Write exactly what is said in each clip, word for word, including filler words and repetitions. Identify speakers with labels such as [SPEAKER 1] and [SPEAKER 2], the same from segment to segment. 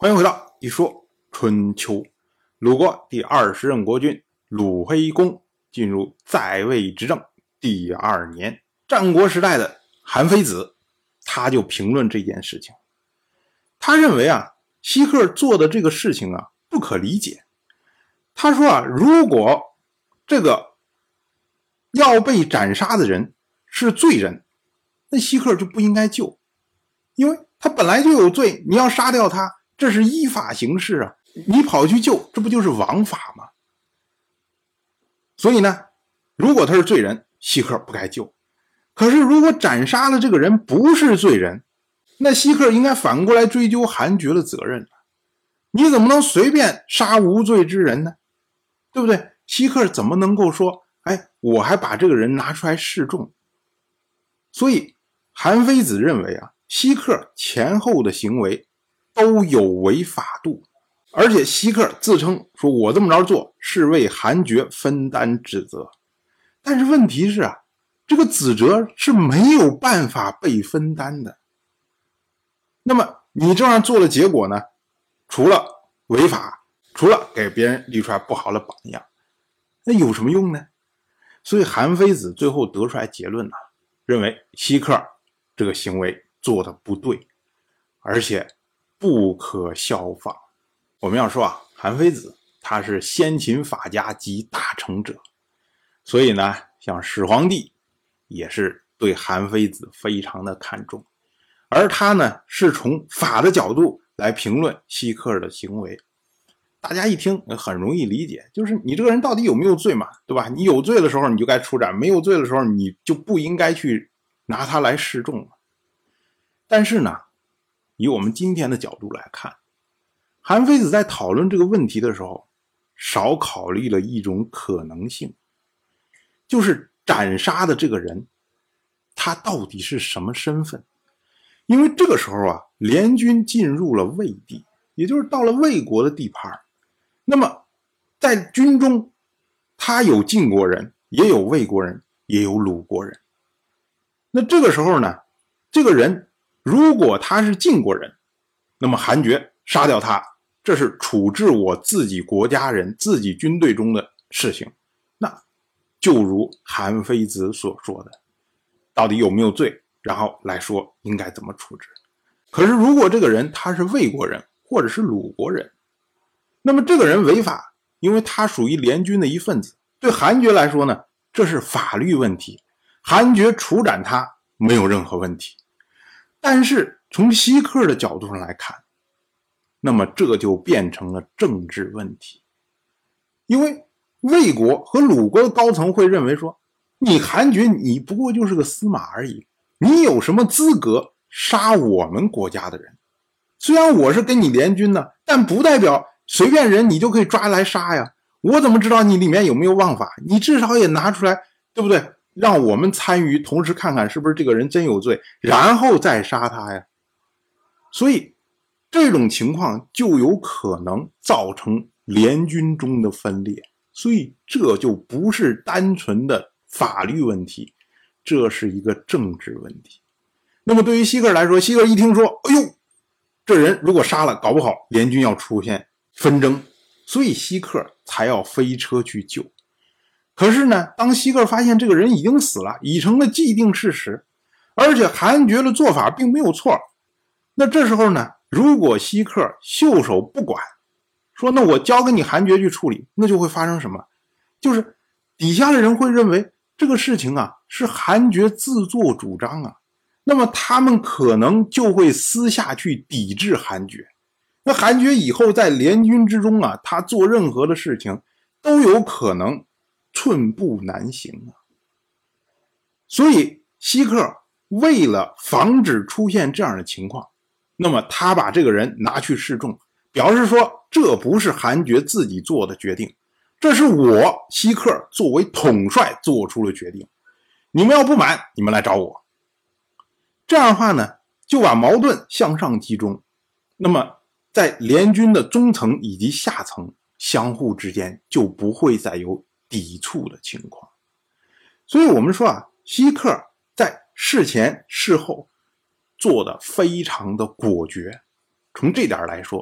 [SPEAKER 1] 欢迎回到一说春秋。鲁国第二十任国君鲁黑公进入在位执政第二年，战国时代的韩非子他就评论这件事情。他认为啊，西克做的这个事情啊不可理解。他说啊，如果这个要被斩杀的人是罪人，那西克就不应该救，因为他本来就有罪，你要杀掉他，这是依法行事啊，你跑去救，这不就是枉法吗？所以呢，如果他是罪人，西克不该救。可是如果斩杀了这个人不是罪人，那西克应该反过来追究韩厥的责任。你怎么能随便杀无罪之人呢？对不对？西克怎么能够说，哎，我还把这个人拿出来示众？所以韩非子认为啊，西克前后的行为都有违法度，而且西克自称说，我这么着做是为韩厥分担指责。但是问题是啊，这个指责是没有办法被分担的。那么你这样做的结果呢，除了违法，除了给别人立出来不好的榜样，那有什么用呢？所以韩非子最后得出来结论呢、啊，认为西克这个行为做的不对，而且不可效仿。我们要说啊，韩非子他是先秦法家及大成者，所以呢，像始皇帝也是对韩非子非常的看重，而他呢是从法的角度来评论西克的行为。大家一听很容易理解，就是你这个人到底有没有罪嘛，对吧？你有罪的时候你就该处斩，没有罪的时候你就不应该去拿他来示众。但是呢，以我们今天的角度来看，韩非子在讨论这个问题的时候，少考虑了一种可能性，就是斩杀的这个人他到底是什么身份。因为这个时候啊，联军进入了魏地，也就是到了魏国的地盘。那么在军中，他有晋国人，也有魏国人，也有鲁国人。那这个时候呢，这个人如果他是晋国人，那么韩厥杀掉他，这是处置我自己国家人自己军队中的事情。那就如韩非子所说的，到底有没有罪，然后来说应该怎么处置。可是如果这个人他是魏国人或者是鲁国人，那么这个人违法，因为他属于联军的一份子，对韩厥来说呢，这是法律问题，韩厥处斩他没有任何问题。但是从西克的角度上来看，那么这就变成了政治问题。因为魏国和鲁国的高层会认为说，你韩厥你不过就是个司马而已，你有什么资格杀我们国家的人？虽然我是跟你联军呢，但不代表随便人你就可以抓来杀呀。我怎么知道你里面有没有枉法？你至少也拿出来，对不对？让我们参与，同时看看是不是这个人真有罪，然后再杀他呀。所以这种情况就有可能造成联军中的分裂，所以这就不是单纯的法律问题，这是一个政治问题。那么对于西克来说，西克一听说，哎呦，这人如果杀了，搞不好联军要出现纷争，所以西克才要飞车去救。可是呢，当西克发现这个人已经死了，已成了既定事实，而且韩厥的做法并没有错，那这时候呢，如果西克袖手不管，说那我交给你韩厥去处理，那就会发生什么？就是底下的人会认为这个事情啊是韩厥自作主张啊，那么他们可能就会私下去抵制韩厥。那韩厥以后在联军之中啊，他做任何的事情都有可能寸步难行啊。所以西克为了防止出现这样的情况，那么他把这个人拿去示众，表示说这不是韩厥自己做的决定，这是我西克作为统帅做出了决定，你们要不满，你们来找我。这样的话呢，就把矛盾向上集中，那么在联军的中层以及下层相互之间就不会再有抵触的情况。所以我们说啊，西克在事前事后做的非常的果决，从这点来说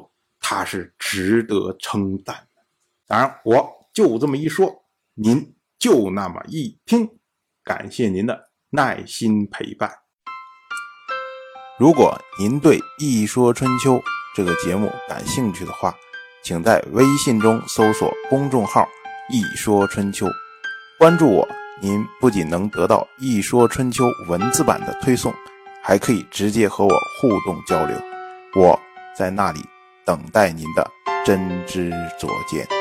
[SPEAKER 1] 他是值得称赞的。当然我就这么一说，您就那么一听，感谢您的耐心陪伴。如果您对《一说春秋》这个节目感兴趣的话，请在微信中搜索公众号一说春秋，关注我，您不仅能得到一说春秋文字版的推送，还可以直接和我互动交流，我在那里等待您的真知灼见。